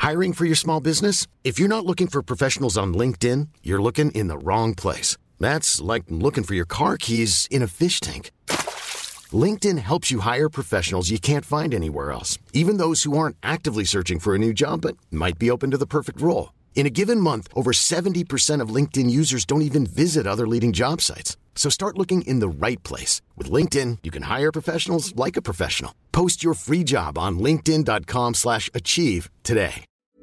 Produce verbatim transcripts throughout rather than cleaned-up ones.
Hiring for your small business? If you're not looking for professionals on LinkedIn, you're looking in the wrong place. That's like looking for your car keys in a fish tank. LinkedIn helps you hire professionals you can't find anywhere else, even those who aren't actively searching for a new job but might be open to the perfect role. In a given month, over seventy percent of LinkedIn users don't even visit other leading job sites. So start looking in the right place. With LinkedIn, you can hire professionals like a professional. Post your free job on linkedin.com slash achieve today.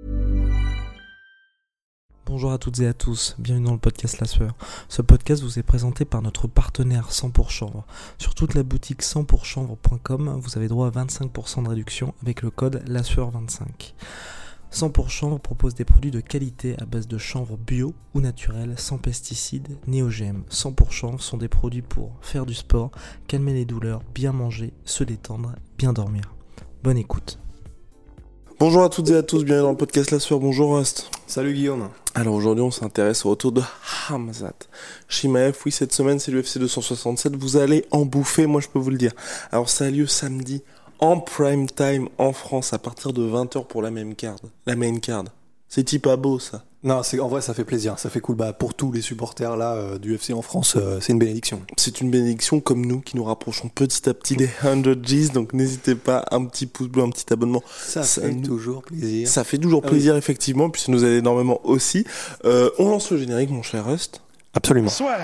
Bonjour à toutes et à tous, bienvenue dans le podcast La Sueur. Ce podcast vous est présenté par notre partenaire cent pour cent Chanvre. Sur toute la boutique cent pour cent chanvre point com, vous avez droit à vingt-cinq pour cent de réduction avec le code La Sueur vingt-cinq. cent pour cent Chanvre propose des produits de qualité à base de chanvre bio ou naturel, sans pesticides ni O G M. cent pour cent Chanvre sont des produits pour faire du sport, calmer les douleurs, bien manger, se détendre, bien dormir. Bonne écoute. Bonjour à toutes et à tous, bienvenue dans le podcast La Sueur. Bonjour Rust. Salut Guillaume. Alors aujourd'hui on s'intéresse au retour de Khamzat Chimaev. Oui, cette semaine c'est l'U F C deux cent soixante-sept, vous allez en bouffer, moi je peux vous le dire. Alors ça a lieu samedi en prime time en France à partir de vingt heures pour la main card. La main card. C'est pas beau ça. Non, c'est, en vrai ça fait plaisir, ça fait cool. Bah, pour tous les supporters là euh, du U F C en France, euh, c'est une bénédiction. C'est une bénédiction comme nous qui nous rapprochons petit à petit des cent G's, donc n'hésitez pas, un petit pouce bleu, un petit abonnement. Ça, ça fait nous... toujours plaisir. Ça fait toujours plaisir ah, oui. Effectivement, puis ça nous aide énormément aussi. Euh, on lance le générique mon cher Rust. Absolument. Soit.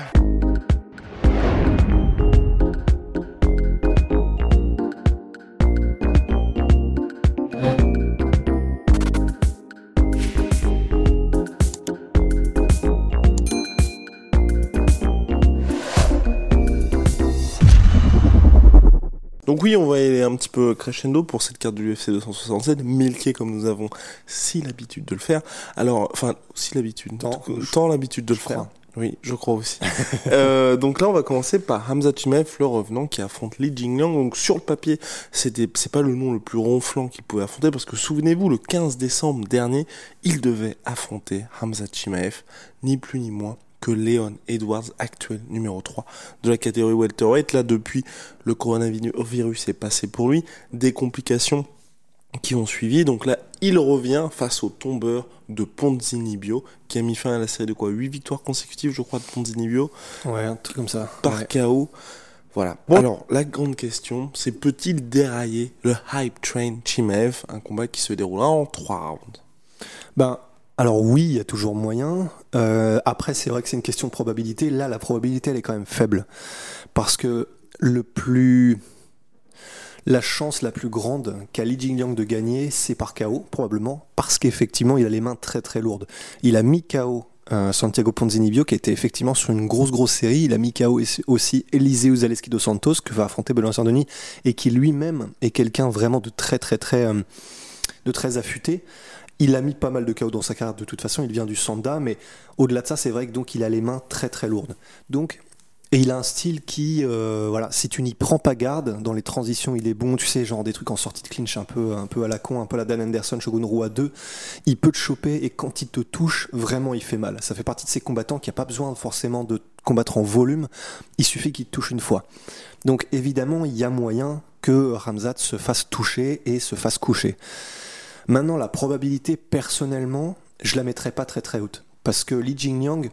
Donc oui, on va aller un petit peu crescendo pour cette carte de l'U F C deux cent soixante-sept, milquée comme nous avons si l'habitude de le faire. Alors, enfin, si l'habitude, tant, tant l'habitude de le faire. Crois. Oui, je crois aussi. euh, donc là, on va commencer par Khamzat Chimaev, le revenant, qui affronte Li Jingliang. Donc sur le papier, c'était, c'est pas le nom le plus ronflant qu'il pouvait affronter, parce que souvenez-vous, le quinze décembre dernier, il devait affronter Khamzat Chimaev, ni plus ni moins que Leon Edwards, actuel numéro trois de la catégorie welterweight. Là, depuis, le coronavirus est passé pour lui, des complications qui ont suivi. Donc là, il revient face au tombeur de Ponzinibbio, qui a mis fin à la série de quoi huit victoires consécutives, je crois, de Ponzinibbio. Ouais, un truc comme ça. Par ouais. K O. Voilà. Bon. Alors, la grande question, c'est peut-il dérailler le Hype Train Chimaev, un combat qui se déroulera en trois rounds? Ben, alors oui, il y a toujours moyen. Euh, après, c'est vrai que c'est une question de probabilité. Là, la probabilité, elle est quand même faible. Parce que le plus... la chance la plus grande qu'a Li Jingliang de gagner, c'est par K O, probablement. Parce qu'effectivement, il a les mains très très lourdes. Il a mis K O euh, Santiago Ponzinibbio, qui était effectivement sur une grosse grosse série. Il a mis K O aussi Eliseu Zaleski dos Santos, que va affronter Benoît Saint-Denis, et qui lui-même est quelqu'un vraiment de très très très, euh, de très affûté. Il a mis pas mal de K O dans sa carrière de toute façon, il vient du Sanda, mais au-delà de ça, c'est vrai que donc il a les mains très très lourdes. Donc, et il a un style qui, euh, voilà, si tu n'y prends pas garde, dans les transitions il est bon, tu sais, genre des trucs en sortie de clinch un peu, un peu à la con, un peu à la Dan Anderson, Shogun Rua deux, il peut te choper et quand il te touche, vraiment il fait mal. Ça fait partie de ces combattants qui n'ont pas besoin forcément de combattre en volume, il suffit qu'il te touche une fois. Donc évidemment, il y a moyen que Khamzat se fasse toucher et se fasse coucher. Maintenant, la probabilité, personnellement, je la mettrais pas très très haute. Parce que Li Jingliang,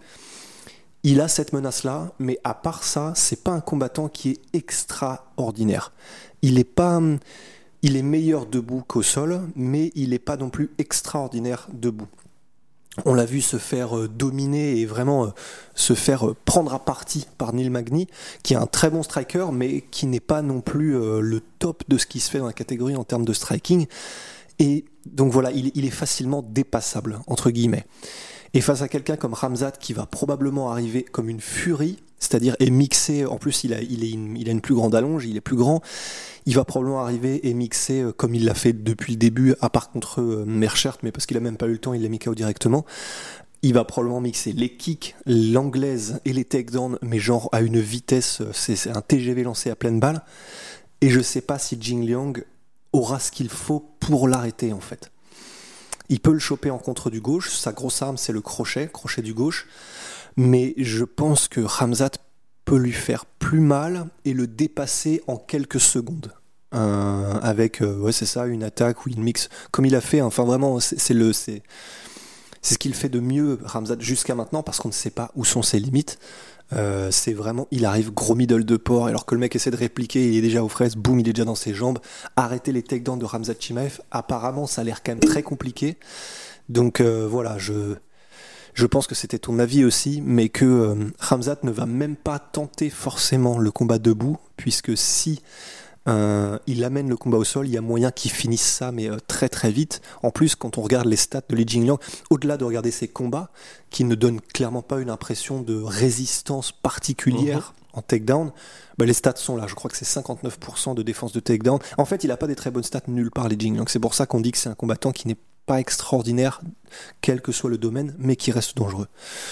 il a cette menace-là, mais à part ça, c'est pas un combattant qui est extraordinaire. Il est pas, il est meilleur debout qu'au sol, mais il est pas non plus extraordinaire debout. On l'a vu se faire euh, dominer et vraiment euh, se faire euh, prendre à partie par Neil Magny, qui est un très bon striker, mais qui n'est pas non plus euh, le top de ce qui se fait dans la catégorie en termes de striking. Et donc voilà, il, il est facilement dépassable, entre guillemets. Et face à quelqu'un comme Khamzat, qui va probablement arriver comme une furie, c'est-à-dire est mixé, en plus il a, il, est une, il a une plus grande allonge, il est plus grand, il va probablement arriver et mixer comme il l'a fait depuis le début, à part contre euh, Merchert, mais parce qu'il a même pas eu le temps, il l'a mis K O directement. Il va probablement mixer les kicks, l'anglaise et les takedowns, mais genre à une vitesse, c'est, c'est un T G V lancé à pleine balle. Et je sais pas si Jingliang aura ce qu'il faut pour l'arrêter en fait. Il peut le choper en contre du gauche, sa grosse arme c'est le crochet, crochet du gauche, mais je pense que Khamzat peut lui faire plus mal et le dépasser en quelques secondes. euh, avec euh, ouais c'est ça, une attaque ou une mix comme il a fait. Enfin vraiment, c'est, c'est le c'est c'est ce qu'il fait de mieux Khamzat jusqu'à maintenant parce qu'on ne sait pas où sont ses limites. Euh, c'est vraiment, il arrive gros middle de port alors que le mec essaie de répliquer, il est déjà aux fraises, boum, il est déjà dans ses jambes. Arrêter les takedowns de Khamzat Chimaev, apparemment ça a l'air quand même très compliqué. Donc euh, voilà, je je pense que c'était ton avis aussi, mais que euh, Khamzat ne va même pas tenter forcément le combat debout, puisque si Euh, il amène le combat au sol, il y a moyen qu'il finisse ça, mais euh, très très vite. En plus, quand on regarde les stats de Li Jingliang, au-delà de regarder ses combats, qui ne donnent clairement pas une impression de résistance particulière mmh. en takedown, bah, les stats sont là. Je crois que c'est cinquante-neuf pour cent de défense de takedown. En fait, il n'a pas des très bonnes stats nulle part, Li Jingliang. C'est pour ça qu'on dit que c'est un combattant qui n'est pas extraordinaire, quel que soit le domaine, mais qui reste dangereux.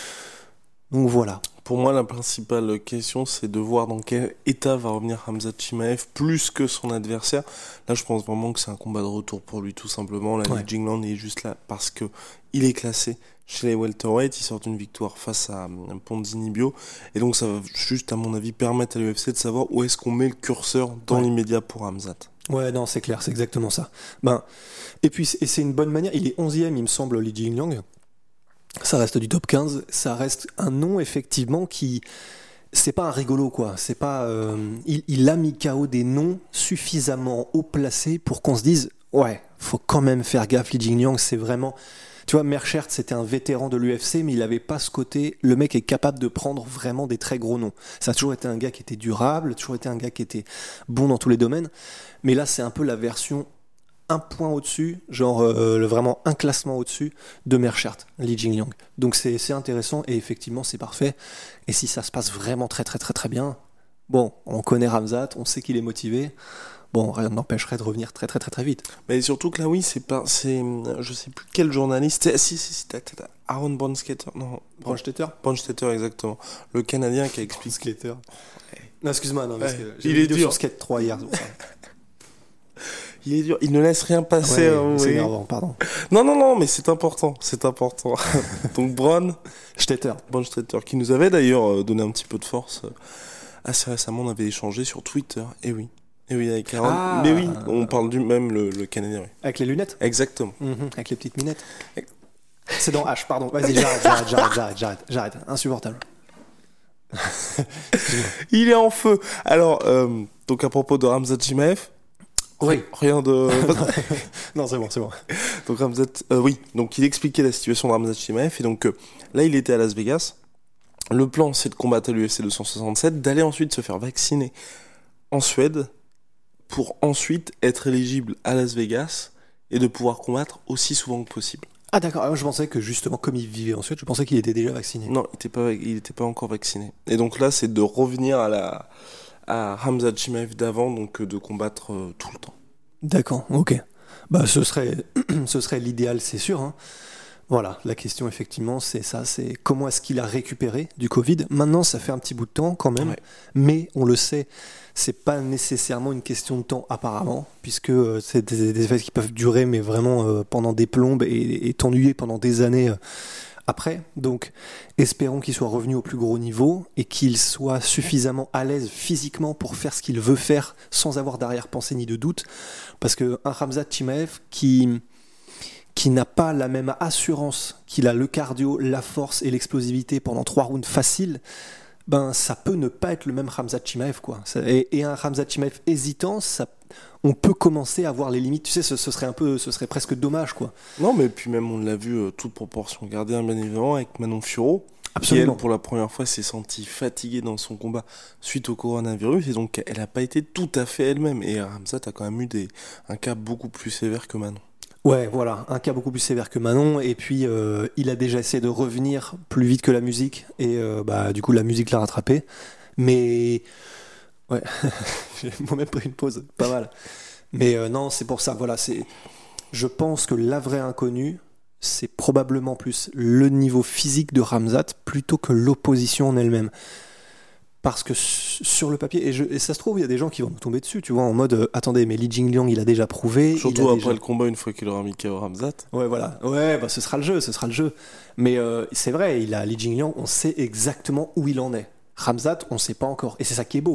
Donc voilà. Pour moi, la principale question, c'est de voir dans quel état va revenir Khamzat Chimaev, plus que son adversaire. Là, je pense vraiment que c'est un combat de retour pour lui, tout simplement. Là, ouais. Li Jingliang est juste là parce que il est classé chez les welterweight. Il sort une victoire face à Ponzinibbio. Et donc, ça va juste, à mon avis, permettre à l'U F C de savoir où est-ce qu'on met le curseur dans ouais. l'immédiat pour Khamzat. Ouais, non, c'est clair, c'est exactement ça. Ben, et puis, et c'est une bonne manière. Il est onzième, il me semble, Li Jingliang. Ça reste du top quinze, ça reste un nom effectivement qui, c'est pas un rigolo quoi, c'est pas, euh, il, il a mis K O des noms suffisamment haut placés pour qu'on se dise ouais, faut quand même faire gaffe. Li Jingliang, c'est vraiment, tu vois, Merchert c'était un vétéran de l'U F C mais il avait pas ce côté, le mec est capable de prendre vraiment des très gros noms. Ça a toujours été un gars qui était durable, toujours été un gars qui était bon dans tous les domaines, mais là c'est un peu la version un point au-dessus, genre euh, le, vraiment un classement au-dessus de Merchert, Li Jingliang. Donc c'est, c'est intéressant et effectivement c'est parfait. Et si ça se passe vraiment très très très très bien, bon, on connaît Khamzat, on sait qu'il est motivé. Bon, rien n'empêcherait de revenir très très très très vite. Mais surtout que là, oui, c'est pas, c'est, je sais plus quel journaliste. C'est, si si si, t'as, t'as, Aaron Brandstetter, non, Brandstetter, Brandstetter exactement, le Canadien qui a expliqué. Brandstetter. Non, excuse-moi, non, parce ouais. que j'ai il est dur dur sur Skate trois hier. Il est dur, il ne laisse rien passer. Ouais, hein, c'est oui. énervant, pardon. Non, non, non, mais c'est important, c'est important. Donc Braun Stetter. Braun Stetter, qui nous avait d'ailleurs donné un petit peu de force. Assez récemment, on avait échangé sur Twitter. Et oui, et oui, avec Aaron. Ah, mais oui, on parle du même, le, le Canadien. Oui. Avec les lunettes. Exactement. Mm-hmm, avec les petites minettes. C'est dans H, pardon. Vas-y, j'arrête, j'arrête, j'arrête, j'arrête, j'arrête, j'arrête. Insupportable. Il est en feu. Alors, euh, donc à propos de Khamzat Chimaev. Oui. Rien de. Non, c'est bon, c'est bon. Donc Khamzat, euh, oui. Donc il expliquait la situation de Khamzat Chimaev et donc euh, là il était à Las Vegas. Le plan c'est de combattre à l'U F C deux cent soixante-sept, d'aller ensuite se faire vacciner en Suède pour ensuite être éligible à Las Vegas et de pouvoir combattre aussi souvent que possible. Ah d'accord. Alors, je pensais que justement comme il vivait en Suède, je pensais qu'il était déjà vacciné. Non, il était pas, il était pas encore vacciné. Et donc là c'est de revenir à la à Khamzat Chimaev d'avant, donc de combattre euh, tout le temps. D'accord, ok. Bah ce serait, ce serait l'idéal, c'est sûr. Hein. Voilà, la question effectivement, c'est ça, c'est comment est-ce qu'il a récupéré du Covid. Maintenant, ça fait un petit bout de temps quand même, ouais. Mais on le sait, c'est pas nécessairement une question de temps apparemment, puisque euh, c'est des, des effets qui peuvent durer, mais vraiment euh, pendant des plombes et, et t'ennuyer pendant des années. Euh, Après, donc, espérons qu'il soit revenu au plus gros niveau et qu'il soit suffisamment à l'aise physiquement pour faire ce qu'il veut faire sans avoir d'arrière-pensée ni de doute. Parce qu'un Khamzat Chimaev qui, qui n'a pas la même assurance qu'il a le cardio, la force et l'explosivité pendant trois rounds faciles, ben, ça peut ne pas être le même Khamzat Chimaev, quoi. Et, et un Khamzat Chimaev hésitant, ça on peut commencer à voir les limites. Tu sais, ce, ce serait un peu, ce serait presque dommage, quoi. Non, mais puis même on l'a vu, euh, toute proportion gardée, bien évidemment, avec Manon Fiorot. Absolument. Qui, elle, pour la première fois, s'est sentie fatiguée dans son combat suite au coronavirus, et donc elle n'a pas été tout à fait elle-même. Et Khamzat a quand même eu des, un cas beaucoup plus sévère que Manon. Ouais, voilà, un cas beaucoup plus sévère que Manon. Et puis, euh, il a déjà essayé de revenir plus vite que la musique, et euh, bah, du coup, la musique l'a rattrapé. Mais ouais, j'ai moi-même pris une pause, pas mal. Mais euh, non, c'est pour ça, voilà, c'est... Je pense que la vraie inconnue, c'est probablement plus le niveau physique de Khamzat plutôt que l'opposition en elle-même. Parce que sur le papier, et, je, et ça se trouve, il y a des gens qui vont nous tomber dessus, tu vois, en mode, euh, attendez, mais Li Jingliang, il a déjà prouvé... Surtout il a après déjà... le combat, une fois qu'il aura mis K O Khamzat. Ouais, voilà. Ouais, bah ce sera le jeu, ce sera le jeu. Mais euh, c'est vrai, il a Li Jingliang, on sait exactement où il en est. Khamzat, on ne sait pas encore. Et c'est ça qui est beau.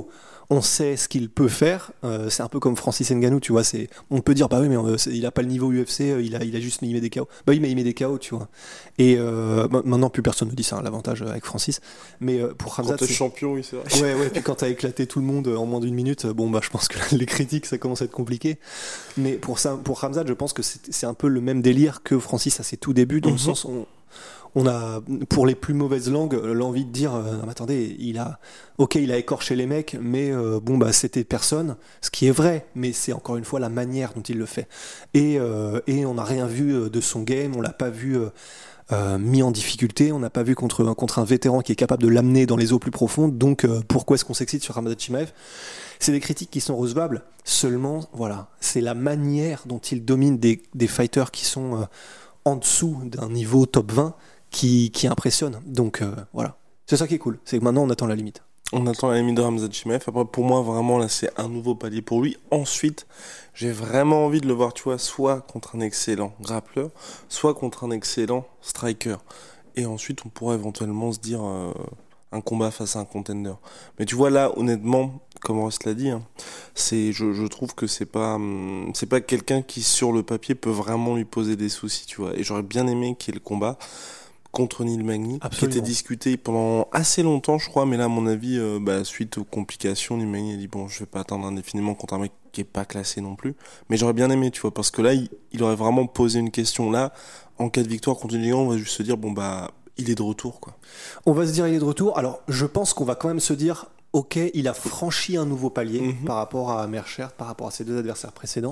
on sait ce qu'il peut faire. Euh, c'est un peu comme Francis Ngannou, tu vois. C'est, on peut dire, bah oui, mais euh, il a pas le niveau U F C, euh, il a, il a juste mis, il met des K O. Bah oui, mais il met des K O, tu vois. Et euh, maintenant, plus personne ne dit ça, hein, l'avantage avec Francis. Mais euh, pour Khamzat, quand t'es c'est... champion, oui, c'est vrai. Ouais, ouais. Puis quand t'as éclaté tout le monde en moins d'une minute, bon, bah, je pense que les critiques, ça commence à être compliqué. Mais pour ça, pour Khamzat, je pense que c'est, c'est un peu le même délire que Francis à ses tout débuts, dans mm-hmm. le sens où on, on a, pour les plus mauvaises langues, l'envie de dire, euh, attendez, il a, ok, il a écorché les mecs, mais euh, bon, bah, c'était personne, ce qui est vrai, mais c'est encore une fois la manière dont il le fait. Et, euh, et on n'a rien vu de son game, on l'a pas vu euh, euh, mis en difficulté, on n'a pas vu contre, contre un vétéran qui est capable de l'amener dans les eaux plus profondes, donc euh, pourquoi est-ce qu'on s'excite sur Khamzat Chimaev ? C'est des critiques qui sont recevables, seulement, voilà, c'est la manière dont il domine des, des fighters qui sont euh, en dessous d'un niveau top vingt, Qui, qui impressionne. Donc euh, voilà, c'est ça qui est cool, c'est que maintenant on attend la limite. On attend la limite de Khamzat Chimaev. Après, pour moi, vraiment, là, c'est un nouveau palier pour lui. Ensuite, j'ai vraiment envie de le voir, tu vois, soit contre un excellent grappleur, soit contre un excellent striker. Et ensuite, on pourra éventuellement se dire euh, un combat face à un contender. Mais tu vois, là, honnêtement, comme Ross l'a dit, hein, c'est, je, je trouve que c'est pas, hum, c'est pas quelqu'un qui, sur le papier, peut vraiment lui poser des soucis, tu vois. Et j'aurais bien aimé qu'il y ait le combat contre Neil Magny, Absolument. Qui était discuté pendant assez longtemps, je crois, mais là, à mon avis, euh, bah, suite aux complications, Neil Magny a dit, bon, je vais pas attendre indéfiniment contre un mec qui est pas classé non plus, mais j'aurais bien aimé, tu vois, parce que là, il, il aurait vraiment posé une question. Là, en cas de victoire contre Neil Magny, on va juste se dire, bon, bah, il est de retour, quoi. On va se dire, il est de retour. Alors, je pense qu'on va quand même se dire, ok, il a franchi un nouveau palier mm-hmm. par rapport à Meerschaert, par rapport à ses deux adversaires précédents.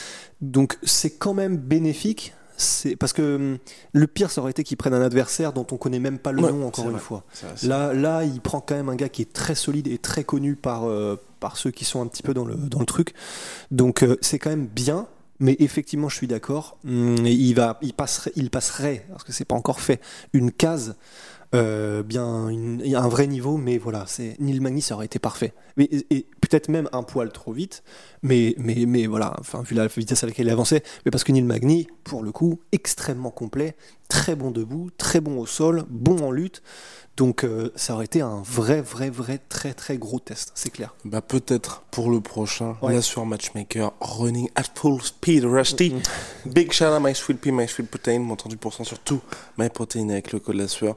Donc, c'est quand même bénéfique. C'est parce que le pire, ça aurait été qu'il prenne un adversaire dont on connaît même pas le ouais, nom, encore une vrai. fois. C'est vrai, c'est là, là, il prend quand même un gars qui est très solide et très connu par, euh, par ceux qui sont un petit peu dans le, dans le truc. Donc, euh, c'est quand même bien. Mais effectivement, je suis d'accord. Il, va, il, passerait, il passerait, parce que c'est pas encore fait, une case. Euh, bien une, un vrai niveau, mais voilà, c'est Neil Magny, ça aurait été parfait, mais, et, et peut-être même un poil trop vite, mais mais mais voilà, enfin vu la vitesse à laquelle il avançait, mais parce que Neil Magny, pour le coup, extrêmement complet, très bon debout, très bon au sol, bon en lutte, donc euh, ça aurait été un vrai vrai vrai très très gros test, c'est clair. Bah peut-être pour le prochain, ouais. Là sur Matchmaker, running at full speed, Rusty. Mm-hmm. Big shout out my sweet pea, my sweet protein, moins trente-huit pour cent sur tout my protein avec le code la sueur.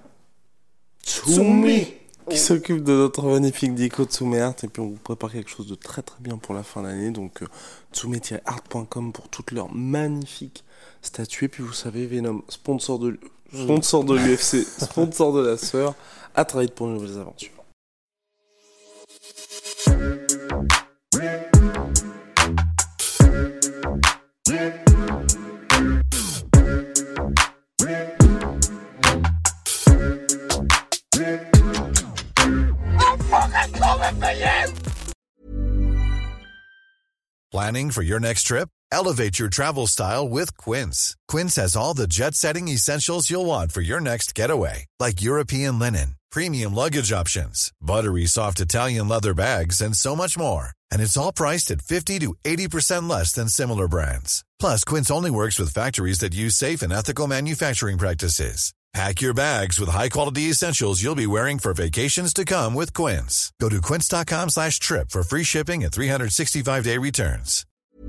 Tsumi qui oh. s'occupe de notre magnifique déco Tsume Art, et puis on vous prépare quelque chose de très très bien pour la fin de l'année, donc euh, tsume tiret art point com pour toutes leurs magnifiques statues. Et puis vous savez, Venom, sponsor de, sponsor de l'U F C, sponsor de la sœur, à travailler pour de nouvelles aventures. Planning for your next trip? Elevate your travel style with Quince. Quince has all the jet-setting essentials you'll want for your next getaway, like European linen, premium luggage options, buttery soft Italian leather bags, and so much more. And it's all priced at fifty to eighty percent less than similar brands. Plus, Quince only works with factories that use safe and ethical manufacturing practices. Pack your bags with high-quality essentials you'll be wearing for vacations to come with Quince. Go to quince.com slash trip for free shipping and three sixty-five day returns.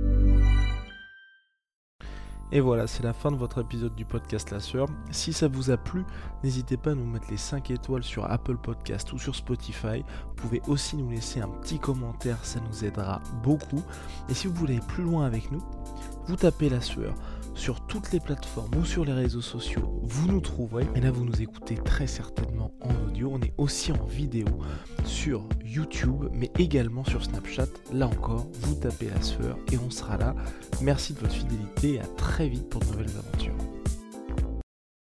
Et voilà, c'est la fin de votre épisode du podcast La Sueur. Si ça vous a plu, n'hésitez pas à nous mettre les cinq étoiles sur Apple Podcast ou sur Spotify. Vous pouvez aussi nous laisser un petit commentaire, ça nous aidera beaucoup. Et si vous voulez aller plus loin avec nous, vous tapez La Sueur sur toutes les plateformes ou sur les réseaux sociaux, vous nous trouverez. Et là, vous nous écoutez très certainement en audio. On est aussi en vidéo sur YouTube, mais également sur Snapchat. Là encore, vous tapez La Sueur et on sera là. Merci de votre fidélité et à très vite pour de nouvelles aventures.